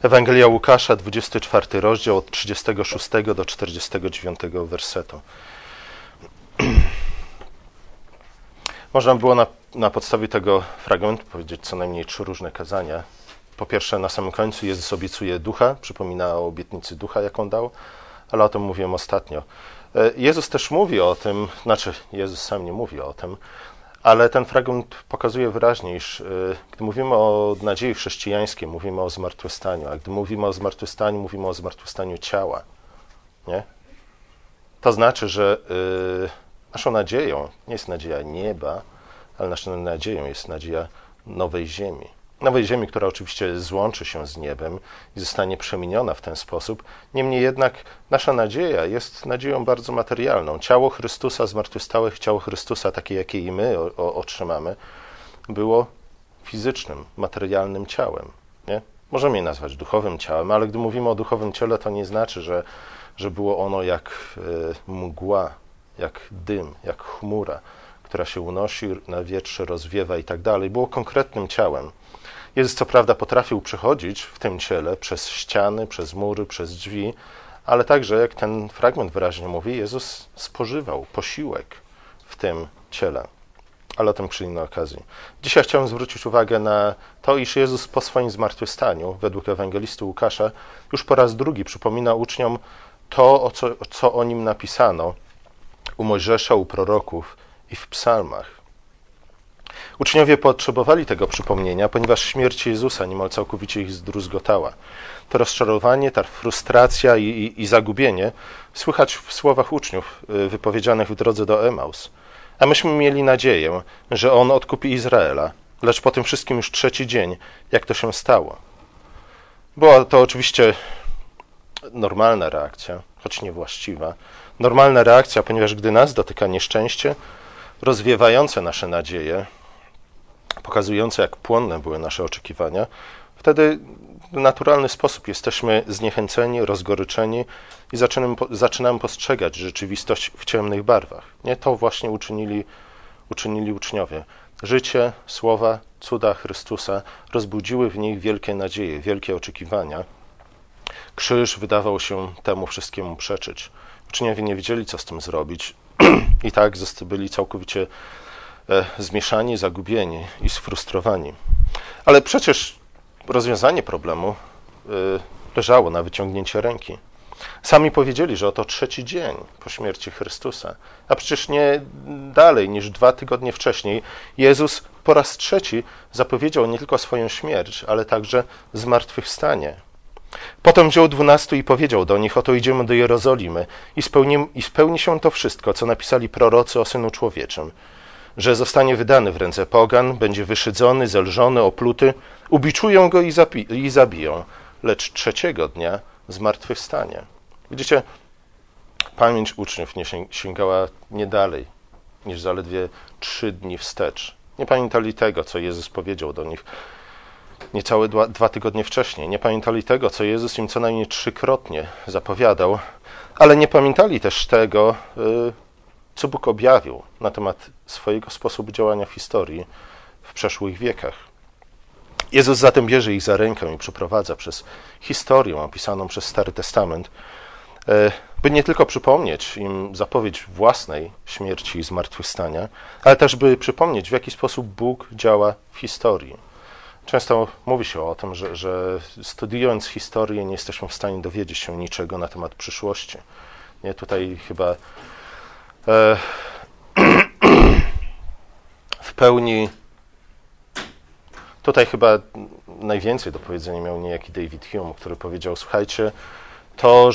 Ewangelia Łukasza, 24 rozdział, od 36 do 49 wersetu. Można było na podstawie tego fragmentu powiedzieć co najmniej 3 różne kazania. Po pierwsze, na samym końcu Jezus obiecuje ducha, przypomina o obietnicy ducha, jaką dał, ale o tym mówiłem ostatnio. Jezus też mówi o tym, Jezus sam nie mówi o tym, ale ten fragment pokazuje wyraźnie, iż gdy mówimy o nadziei chrześcijańskiej, mówimy o zmartwychwstaniu, a gdy mówimy o zmartwychwstaniu, mówimy o zmartwychwstaniu ciała. Nie? To znaczy, że naszą nadzieją nie jest nadzieja nieba, ale naszą nadzieją jest nadzieja nowej ziemi. Nowej ziemi, która oczywiście złączy się z niebem i zostanie przemieniona w ten sposób. Niemniej jednak nasza nadzieja jest nadzieją bardzo materialną. Ciało Chrystusa, zmartwychwstałe ciało Chrystusa, takie jakie i my otrzymamy, było fizycznym, materialnym ciałem. Nie? Możemy je nazwać duchowym ciałem, ale gdy mówimy o duchowym ciele, to nie znaczy, że było ono jak mgła, jak dym, jak chmura, która się unosi na wietrze, rozwiewa i tak dalej. Było konkretnym ciałem. Jezus co prawda potrafił przechodzić w tym ciele przez ściany, przez mury, przez drzwi, ale także, jak ten fragment wyraźnie mówi, Jezus spożywał posiłek w tym ciele. Ale o tym przy innej okazji. Dzisiaj chciałem zwrócić uwagę na to, iż Jezus po swoim zmartwychwstaniu, według ewangelisty Łukasza, już po raz drugi przypomina uczniom to, co o nim napisano u Mojżesza, u proroków i w psalmach. Uczniowie potrzebowali tego przypomnienia, ponieważ śmierć Jezusa niemal całkowicie ich zdruzgotała. To rozczarowanie, ta frustracja i zagubienie słychać w słowach uczniów wypowiedzianych w drodze do Emaus. A myśmy mieli nadzieję, że On odkupi Izraela, lecz po tym wszystkim już 3. dzień, jak to się stało. Była to oczywiście normalna reakcja, choć niewłaściwa. Normalna reakcja, ponieważ gdy nas dotyka nieszczęście, rozwiewające nasze nadzieje, pokazujące, jak płonne były nasze oczekiwania, wtedy w naturalny sposób jesteśmy zniechęceni, rozgoryczeni i zaczynamy postrzegać rzeczywistość w ciemnych barwach. Nie? To właśnie uczynili uczniowie. Życie, słowa, cuda Chrystusa rozbudziły w nich wielkie nadzieje, wielkie oczekiwania. Krzyż wydawał się temu wszystkiemu przeczyć. Uczniowie nie wiedzieli, co z tym zrobić i tak byli całkowicie zmieszani, zagubieni i sfrustrowani. Ale przecież rozwiązanie problemu leżało na wyciągnięcie ręki. Sami powiedzieli, że oto 3. dzień po śmierci Chrystusa, a przecież nie dalej niż 2 tygodnie wcześniej Jezus po raz 3 zapowiedział nie tylko swoją śmierć, ale także zmartwychwstanie. Potem wziął 12 i powiedział do nich: oto idziemy do Jerozolimy i spełni się to wszystko, co napisali prorocy o Synu Człowieczym, że zostanie wydany w ręce pogan, będzie wyszydzony, zelżony, opluty, ubiczują go i zabiją, lecz 3. dnia zmartwychwstanie. Widzicie, pamięć uczniów nie sięgała nie dalej niż zaledwie 3 dni wstecz. Nie pamiętali tego, co Jezus powiedział do nich niecałe 2 tygodnie wcześniej. Nie pamiętali tego, co Jezus im co najmniej 3-krotnie zapowiadał, ale nie pamiętali też tego, co Bóg objawił na temat swojego sposobu działania w historii w przeszłych wiekach. Jezus zatem bierze ich za rękę i przeprowadza przez historię opisaną przez Stary Testament, by nie tylko przypomnieć im zapowiedź własnej śmierci i zmartwychwstania, ale też by przypomnieć, w jaki sposób Bóg działa w historii. Często mówi się o tym, że studiując historię nie jesteśmy w stanie dowiedzieć się niczego na temat przyszłości. Nie, tutaj chyba w pełni najwięcej do powiedzenia miał niejaki David Hume, który powiedział: słuchajcie, to,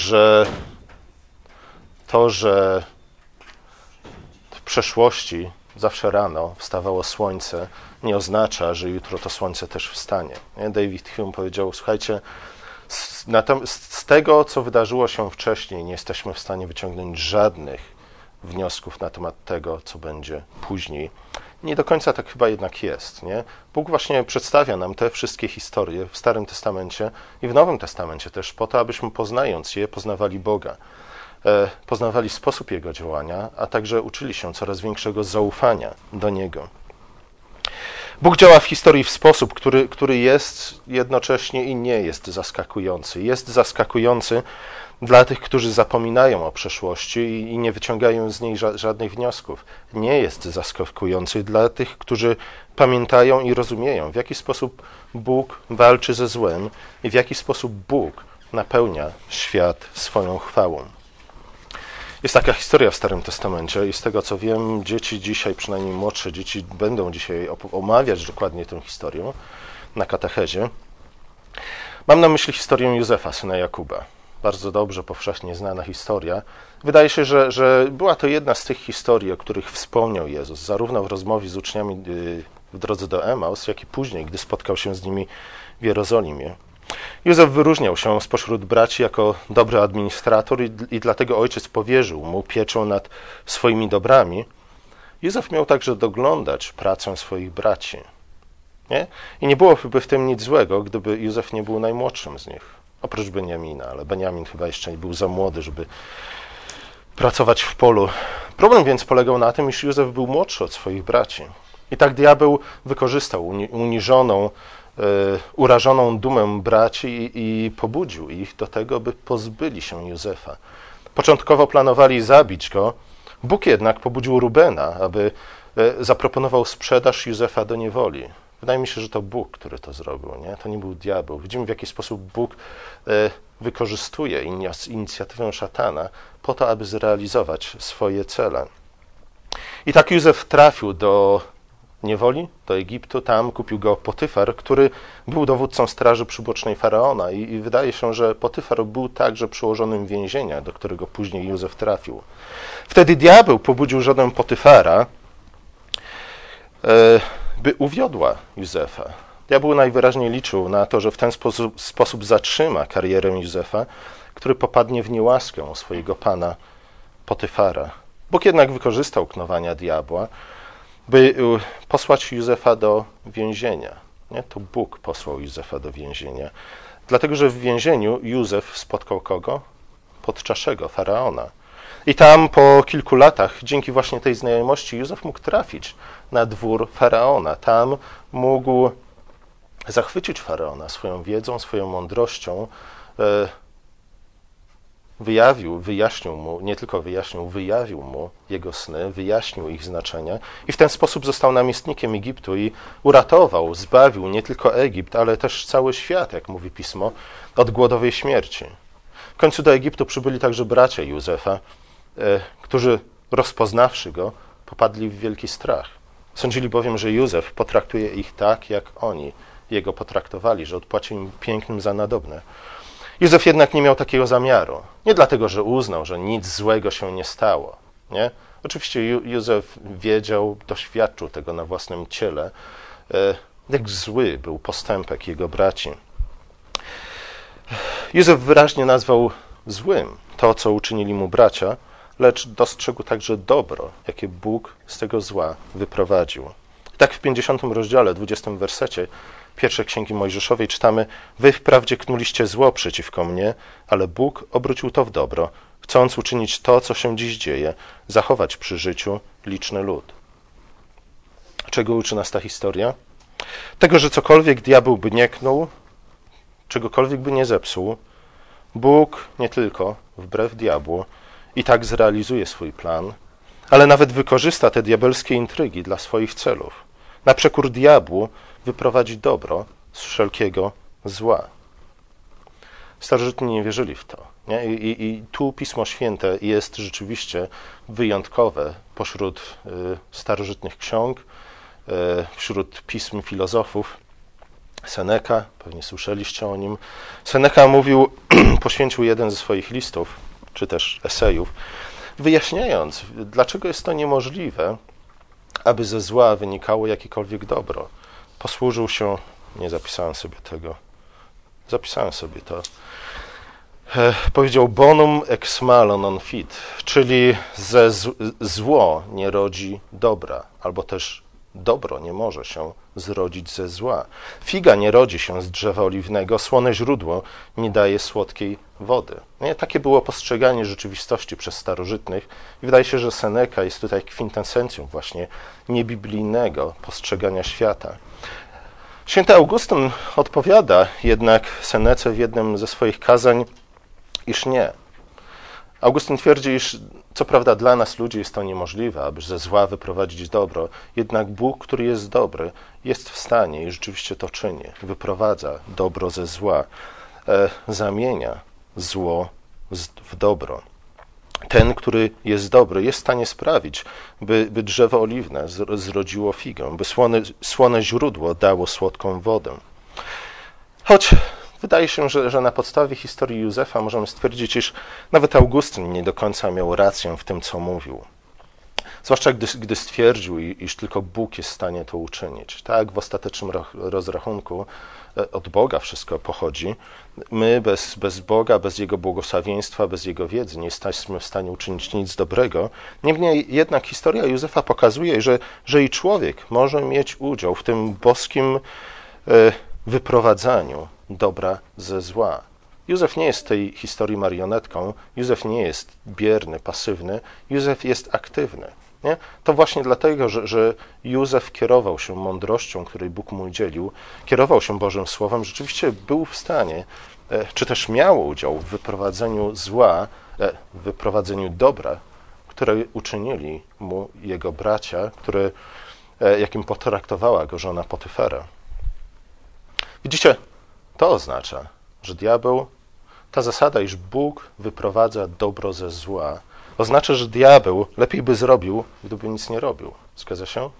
że w przeszłości zawsze rano wstawało słońce, nie oznacza, że jutro to słońce też wstanie. Nie? David Hume powiedział: słuchajcie, z tego, co wydarzyło się wcześniej, nie jesteśmy w stanie wyciągnąć żadnych wniosków na temat tego, co będzie później. Nie do końca tak chyba jednak jest. Nie? Bóg właśnie przedstawia nam te wszystkie historie w Starym Testamencie i w Nowym Testamencie też po to, abyśmy poznając je, poznawali Boga, poznawali sposób Jego działania, a także uczyli się coraz większego zaufania do Niego. Bóg działa w historii w sposób, który jest jednocześnie i nie jest zaskakujący. Jest zaskakujący dla tych, którzy zapominają o przeszłości i nie wyciągają z niej żadnych wniosków. Nie jest zaskakujący dla tych, którzy pamiętają i rozumieją, w jaki sposób Bóg walczy ze złem i w jaki sposób Bóg napełnia świat swoją chwałą. Jest taka historia w Starym Testamencie i z tego, co wiem, dzieci dzisiaj, przynajmniej młodsze dzieci, będą dzisiaj omawiać dokładnie tę historię na katechezie. Mam na myśli historię Józefa, syna Jakuba. Bardzo dobrze, powszechnie znana historia. Wydaje się, że była to jedna z tych historii, o których wspomniał Jezus, zarówno w rozmowie z uczniami w drodze do Emaus, jak i później, gdy spotkał się z nimi w Jerozolimie. Józef wyróżniał się spośród braci jako dobry administrator i dlatego ojciec powierzył mu pieczę nad swoimi dobrami. Józef miał także doglądać pracę swoich braci. Nie? I nie byłoby w tym nic złego, gdyby Józef nie był najmłodszym z nich, oprócz Beniamina, ale Beniamin chyba jeszcze był za młody, żeby pracować w polu. Problem więc polegał na tym, iż Józef był młodszy od swoich braci. I tak diabeł wykorzystał uniżoną, urażoną dumę braci i pobudził ich do tego, by pozbyli się Józefa. Początkowo planowali zabić go, Bóg jednak pobudził Rubena, aby zaproponował sprzedaż Józefa do niewoli. Wydaje mi się, że to Bóg, który to zrobił, nie? To nie był diabeł. Widzimy, w jaki sposób Bóg wykorzystuje inicjatywę szatana po to, aby zrealizować swoje cele. I tak Józef trafił do niewoli, do Egiptu. Tam kupił go Potyfar, który był dowódcą straży przybocznej Faraona i wydaje się, że Potyfar był także przełożonym więzienia, do którego później Józef trafił. Wtedy diabeł pobudził żonę Potyfara, by uwiodła Józefa. Diabeł najwyraźniej liczył na to, że w ten sposób zatrzyma karierę Józefa, który popadnie w niełaskę swojego pana Potyfara. Bóg jednak wykorzystał knowania diabła, by posłać Józefa do więzienia. Nie? To Bóg posłał Józefa do więzienia. Dlatego, że w więzieniu Józef spotkał kogo? Podczaszego, Faraona. I tam po kilku latach, dzięki właśnie tej znajomości, Józef mógł trafić na dwór Faraona. Tam mógł zachwycić Faraona swoją wiedzą, swoją mądrością. Wyjawił mu jego sny, wyjaśnił ich znaczenia i w ten sposób został namiestnikiem Egiptu i uratował, zbawił nie tylko Egipt, ale też cały świat, jak mówi Pismo, od głodowej śmierci. W końcu do Egiptu przybyli także bracia Józefa, którzy rozpoznawszy go, popadli w wielki strach. Sądzili bowiem, że Józef potraktuje ich tak, jak oni jego potraktowali, że odpłaci im pięknym za nadobne. Józef jednak nie miał takiego zamiaru. Nie dlatego, że uznał, że nic złego się nie stało. Nie? Oczywiście Józef wiedział, doświadczył tego na własnym ciele, jak zły był postępek jego braci. Józef wyraźnie nazwał złym to, co uczynili mu bracia, lecz dostrzegł także dobro, jakie Bóg z tego zła wyprowadził. Tak w 50 rozdziale, 20 wersecie pierwszej Księgi Mojżeszowej czytamy: Wy wprawdzie knuliście zło przeciwko mnie, ale Bóg obrócił to w dobro, chcąc uczynić to, co się dziś dzieje, zachować przy życiu liczny lud. Czego uczy nas ta historia? Tego, że cokolwiek diabeł by nie knuł, czegokolwiek by nie zepsuł, Bóg nie tylko, wbrew diabłu, i tak zrealizuje swój plan, ale nawet wykorzysta te diabelskie intrygi dla swoich celów. Na przekór diabłu wyprowadzi dobro z wszelkiego zła. Starożytni nie wierzyli w to. Nie? I tu Pismo Święte jest rzeczywiście wyjątkowe pośród starożytnych ksiąg, wśród pism filozofów. Seneca, pewnie słyszeliście o nim. Seneca mówił, poświęcił jeden ze swoich listów, czy też esejów, wyjaśniając, dlaczego jest to niemożliwe, aby ze zła wynikało jakiekolwiek dobro. Posłużył się, nie zapisałem sobie tego, zapisałem sobie to, powiedział bonum ex malo non fit, czyli zło nie rodzi dobra, albo też Dobro nie może się zrodzić ze zła. Figa nie rodzi się z drzewa oliwnego, słone źródło nie daje słodkiej wody. Nie? Takie było postrzeganie rzeczywistości przez starożytnych i wydaje się, że Seneca jest tutaj kwintesencją właśnie niebiblijnego postrzegania świata. Święty Augustyn odpowiada jednak Senece w jednym ze swoich kazań, iż nie. Augustyn twierdzi, iż co prawda dla nas ludzi jest to niemożliwe, aby ze zła wyprowadzić dobro, jednak Bóg, który jest dobry, jest w stanie i rzeczywiście to czyni. Wyprowadza dobro ze zła, zamienia zło w dobro. Ten, który jest dobry, jest w stanie sprawić, by drzewo oliwne zrodziło figę, by słone źródło dało słodką wodę. Choć wydaje się, że na podstawie historii Józefa możemy stwierdzić, iż nawet Augustyn nie do końca miał rację w tym, co mówił. Zwłaszcza gdy stwierdził, iż tylko Bóg jest w stanie to uczynić. Tak, w ostatecznym rozrachunku od Boga wszystko pochodzi. My bez Boga, bez Jego błogosławieństwa, bez Jego wiedzy nie jesteśmy w stanie uczynić nic dobrego. Niemniej jednak historia Józefa pokazuje, że i człowiek może mieć udział w tym boskim wyprowadzaniu dobra ze zła. Józef nie jest w tej historii marionetką, Józef nie jest bierny, pasywny, Józef jest aktywny. Nie? To właśnie dlatego, że Józef kierował się mądrością, której Bóg mu udzielił, kierował się Bożym Słowem, rzeczywiście był w stanie, czy też miał udział w wyprowadzeniu zła, w wyprowadzeniu dobra, które uczynili mu jego bracia, jakim potraktowała go żona Potyfera. Widzicie, to oznacza, że diabeł, ta zasada, iż Bóg wyprowadza dobro ze zła, oznacza, że diabeł lepiej by zrobił, gdyby nic nie robił. Zgadza się?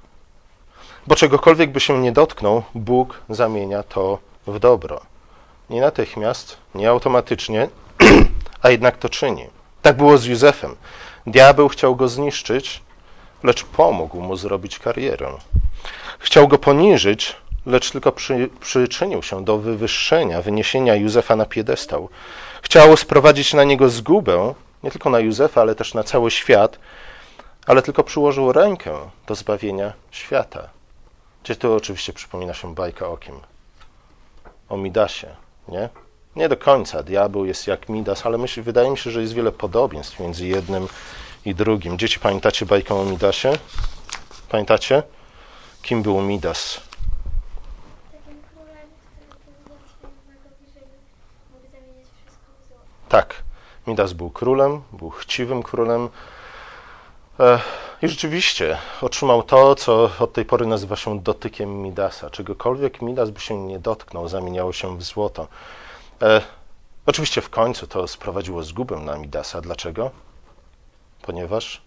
Bo czegokolwiek by się nie dotknął, Bóg zamienia to w dobro. Nie natychmiast, nie automatycznie, a jednak to czyni. Tak było z Józefem. Diabeł chciał go zniszczyć, lecz pomógł mu zrobić karierę. Chciał go poniżyć, lecz tylko przyczynił się do wywyższenia, wyniesienia Józefa na piedestał. Chciał sprowadzić na niego zgubę, nie tylko na Józefa, ale też na cały świat, ale tylko przyłożył rękę do zbawienia świata. Gdzie tu oczywiście przypomina się bajka o kim? O Midasie, nie? Nie do końca. Diabeł jest jak Midas, ale wydaje mi się, że jest wiele podobieństw między jednym i drugim. Dzieci, pamiętacie bajkę o Midasie? Pamiętacie? Kim był Midas? Tak, Midas był królem, był chciwym królem i rzeczywiście otrzymał to, co od tej pory nazywa się dotykiem Midasa. Czegokolwiek Midas by się nie dotknął, zamieniało się w złoto. Oczywiście w końcu to sprowadziło zgubę na Midasa. Dlaczego? Ponieważ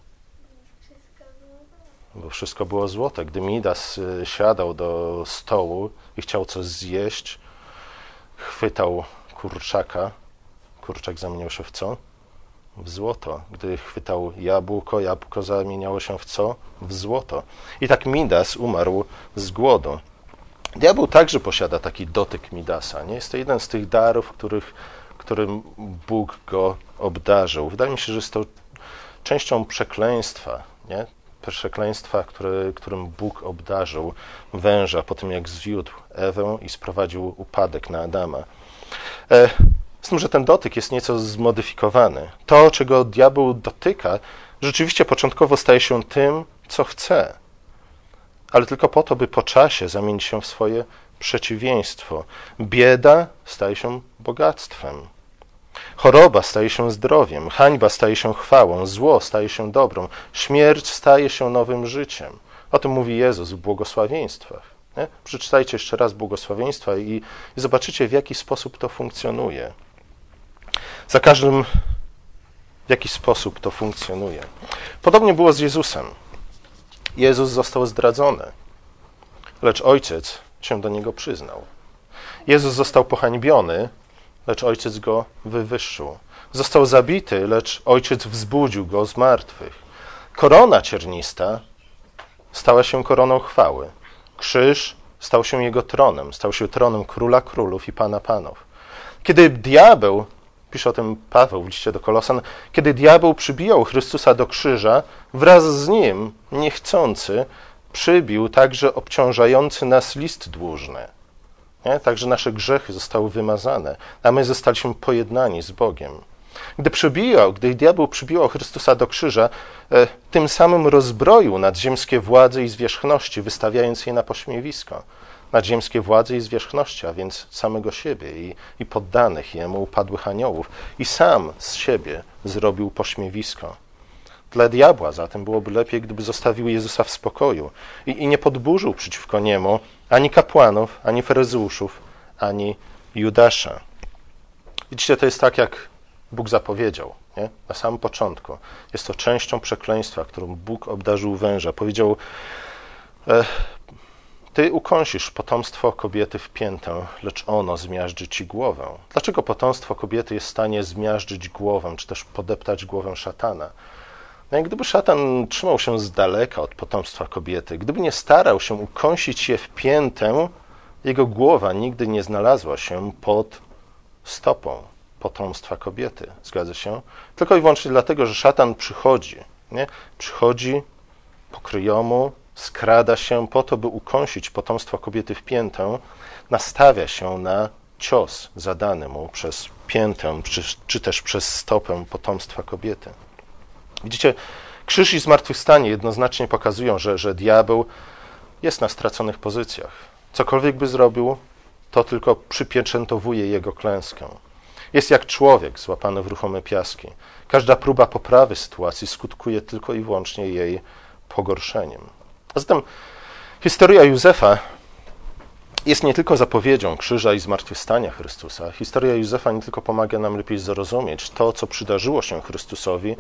bo wszystko było złote. Gdy Midas siadał do stołu i chciał coś zjeść, chwytał kurczaka. Kurczak zamieniał się w co? W złoto. Gdy chwytał jabłko zamieniało się w co? W złoto. I tak Midas umarł z głodu. Diabeł także posiada taki dotyk Midasa. Nie? Jest to jeden z tych darów, którym Bóg go obdarzył. Wydaje mi się, że jest to częścią przekleństwa, nie? Przekleństwa, którym Bóg obdarzył węża po tym, jak zwiódł Ewę i sprowadził upadek na Adama. Z tym, że ten dotyk jest nieco zmodyfikowany. To, czego diabeł dotyka, rzeczywiście początkowo staje się tym, co chce, ale tylko po to, by po czasie zamienić się w swoje przeciwieństwo. Bieda staje się bogactwem. Choroba staje się zdrowiem, hańba staje się chwałą, zło staje się dobrą, śmierć staje się nowym życiem. O tym mówi Jezus w błogosławieństwach. Nie? Przeczytajcie jeszcze raz błogosławieństwa i zobaczycie, w jaki sposób to funkcjonuje. Za każdym w jaki sposób to funkcjonuje. Podobnie było z Jezusem. Jezus został zdradzony, lecz Ojciec się do Niego przyznał. Jezus został pohańbiony, lecz Ojciec Go wywyższył. Został zabity, lecz Ojciec wzbudził Go z martwych. Korona ciernista stała się koroną chwały. Krzyż stał się Jego tronem, stał się tronem Króla Królów i Pana Panów. Kiedy diabeł, pisze o tym Paweł w liście do Kolosan, kiedy diabeł przybijał Chrystusa do krzyża, wraz z Nim, niechcący, przybił także obciążający nas list dłużny. Nie? Także nasze grzechy zostały wymazane, a my zostaliśmy pojednani z Bogiem. Gdy diabeł przybijał Chrystusa do krzyża, tym samym rozbroił nadziemskie władze i zwierzchności, wystawiając je na pośmiewisko. Nadziemskie władze i zwierzchności, a więc samego siebie i poddanych jemu upadłych aniołów. I sam z siebie zrobił pośmiewisko. Dla diabła zatem byłoby lepiej, gdyby zostawił Jezusa w spokoju i nie podburzył przeciwko niemu ani kapłanów, ani faryzeuszów, ani Judasza. Widzicie, to jest tak, jak Bóg zapowiedział, nie? Na samym początku. Jest to częścią przekleństwa, którą Bóg obdarzył węża. Powiedział, ty ukąsisz potomstwo kobiety w piętę, lecz ono zmiażdży ci głowę. Dlaczego potomstwo kobiety jest w stanie zmiażdżyć głowę, czy też podeptać głowę szatana? No i gdyby szatan trzymał się z daleka od potomstwa kobiety, gdyby nie starał się ukąsić je w piętę, jego głowa nigdy nie znalazła się pod stopą potomstwa kobiety. Zgadza się? Tylko i wyłącznie dlatego, że szatan przychodzi. Nie? Przychodzi po kryjomu, skrada się po to, by ukąsić potomstwo kobiety w piętę, nastawia się na cios zadany mu przez piętę, czy też przez stopę potomstwa kobiety. Widzicie, krzyż i zmartwychwstanie jednoznacznie pokazują, że diabeł jest na straconych pozycjach. Cokolwiek by zrobił, to tylko przypieczętowuje jego klęskę. Jest jak człowiek złapany w ruchome piaski. Każda próba poprawy sytuacji skutkuje tylko i wyłącznie jej pogorszeniem. A zatem historia Józefa jest nie tylko zapowiedzią krzyża i zmartwychwstania Chrystusa. Historia Józefa nie tylko pomaga nam lepiej zrozumieć to, co przydarzyło się Chrystusowi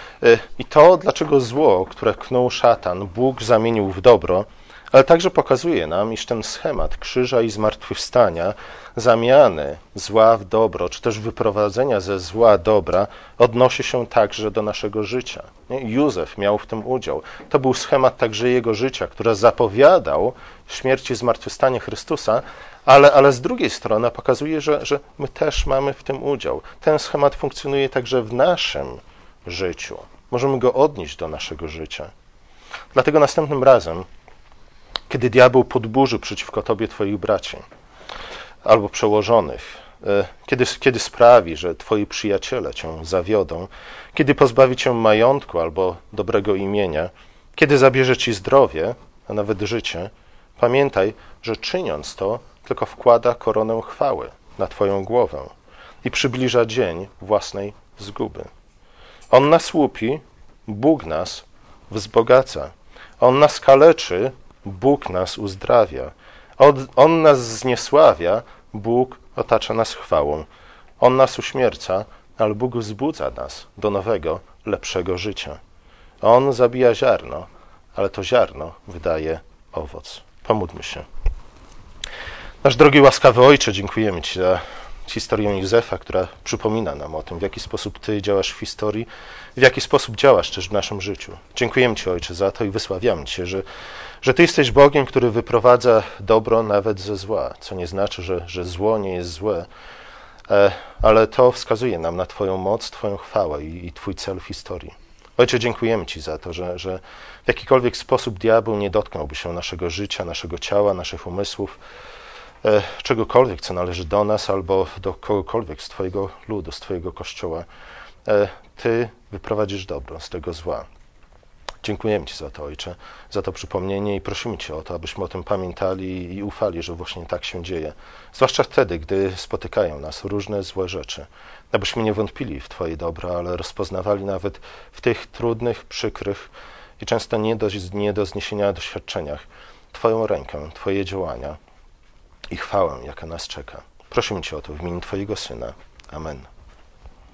i to, dlaczego zło, które knuł szatan, Bóg zamienił w dobro, ale także pokazuje nam, iż ten schemat krzyża i zmartwychwstania, zamiany zła w dobro, czy też wyprowadzenia ze zła dobra, odnosi się także do naszego życia. Józef miał w tym udział. To był schemat także jego życia, który zapowiadał śmierć i zmartwychwstanie Chrystusa, ale z drugiej strony pokazuje, że my też mamy w tym udział. Ten schemat funkcjonuje także w naszym życiu. Możemy go odnieść do naszego życia. Dlatego następnym razem, kiedy diabeł podburzy przeciwko tobie twoich braci albo przełożonych, kiedy sprawi, że twoi przyjaciele cię zawiodą, kiedy pozbawi cię majątku albo dobrego imienia, kiedy zabierze ci zdrowie, a nawet życie, pamiętaj, że czyniąc to, tylko wkłada koronę chwały na twoją głowę i przybliża dzień własnej zguby. On nas łupi, Bóg nas wzbogaca. On nas kaleczy, Bóg nas uzdrawia. On nas zniesławia, Bóg otacza nas chwałą. On nas uśmierca, ale Bóg wzbudza nas do nowego, lepszego życia. On zabija ziarno, ale to ziarno wydaje owoc. Pomódlmy się. Nasz drogi, łaskawy Ojcze, dziękujemy Ci za historię Józefa, która przypomina nam o tym, w jaki sposób Ty działasz w historii, w jaki sposób działasz też w naszym życiu. Dziękujemy Ci, Ojcze, za to i wysławiamy Cię, że Ty jesteś Bogiem, który wyprowadza dobro nawet ze zła, co nie znaczy, że zło nie jest złe, ale to wskazuje nam na Twoją moc, Twoją chwałę i Twój cel w historii. Ojcze, dziękujemy Ci za to, że w jakikolwiek sposób diabeł nie dotknąłby się naszego życia, naszego ciała, naszych umysłów, czegokolwiek, co należy do nas albo do kogokolwiek z Twojego ludu, z Twojego Kościoła. Ty wyprowadzisz dobro z tego zła. Dziękujemy Ci za to, Ojcze, za to przypomnienie i prosimy Cię o to, abyśmy o tym pamiętali i ufali, że właśnie tak się dzieje. Zwłaszcza wtedy, gdy spotykają nas różne złe rzeczy. Abyśmy nie wątpili w Twoje dobro, ale rozpoznawali nawet w tych trudnych, przykrych i często nie do zniesienia doświadczeniach Twoją rękę, Twoje działania i chwałę, jaka nas czeka. Prosimy Cię o to w imieniu Twojego Syna. Amen.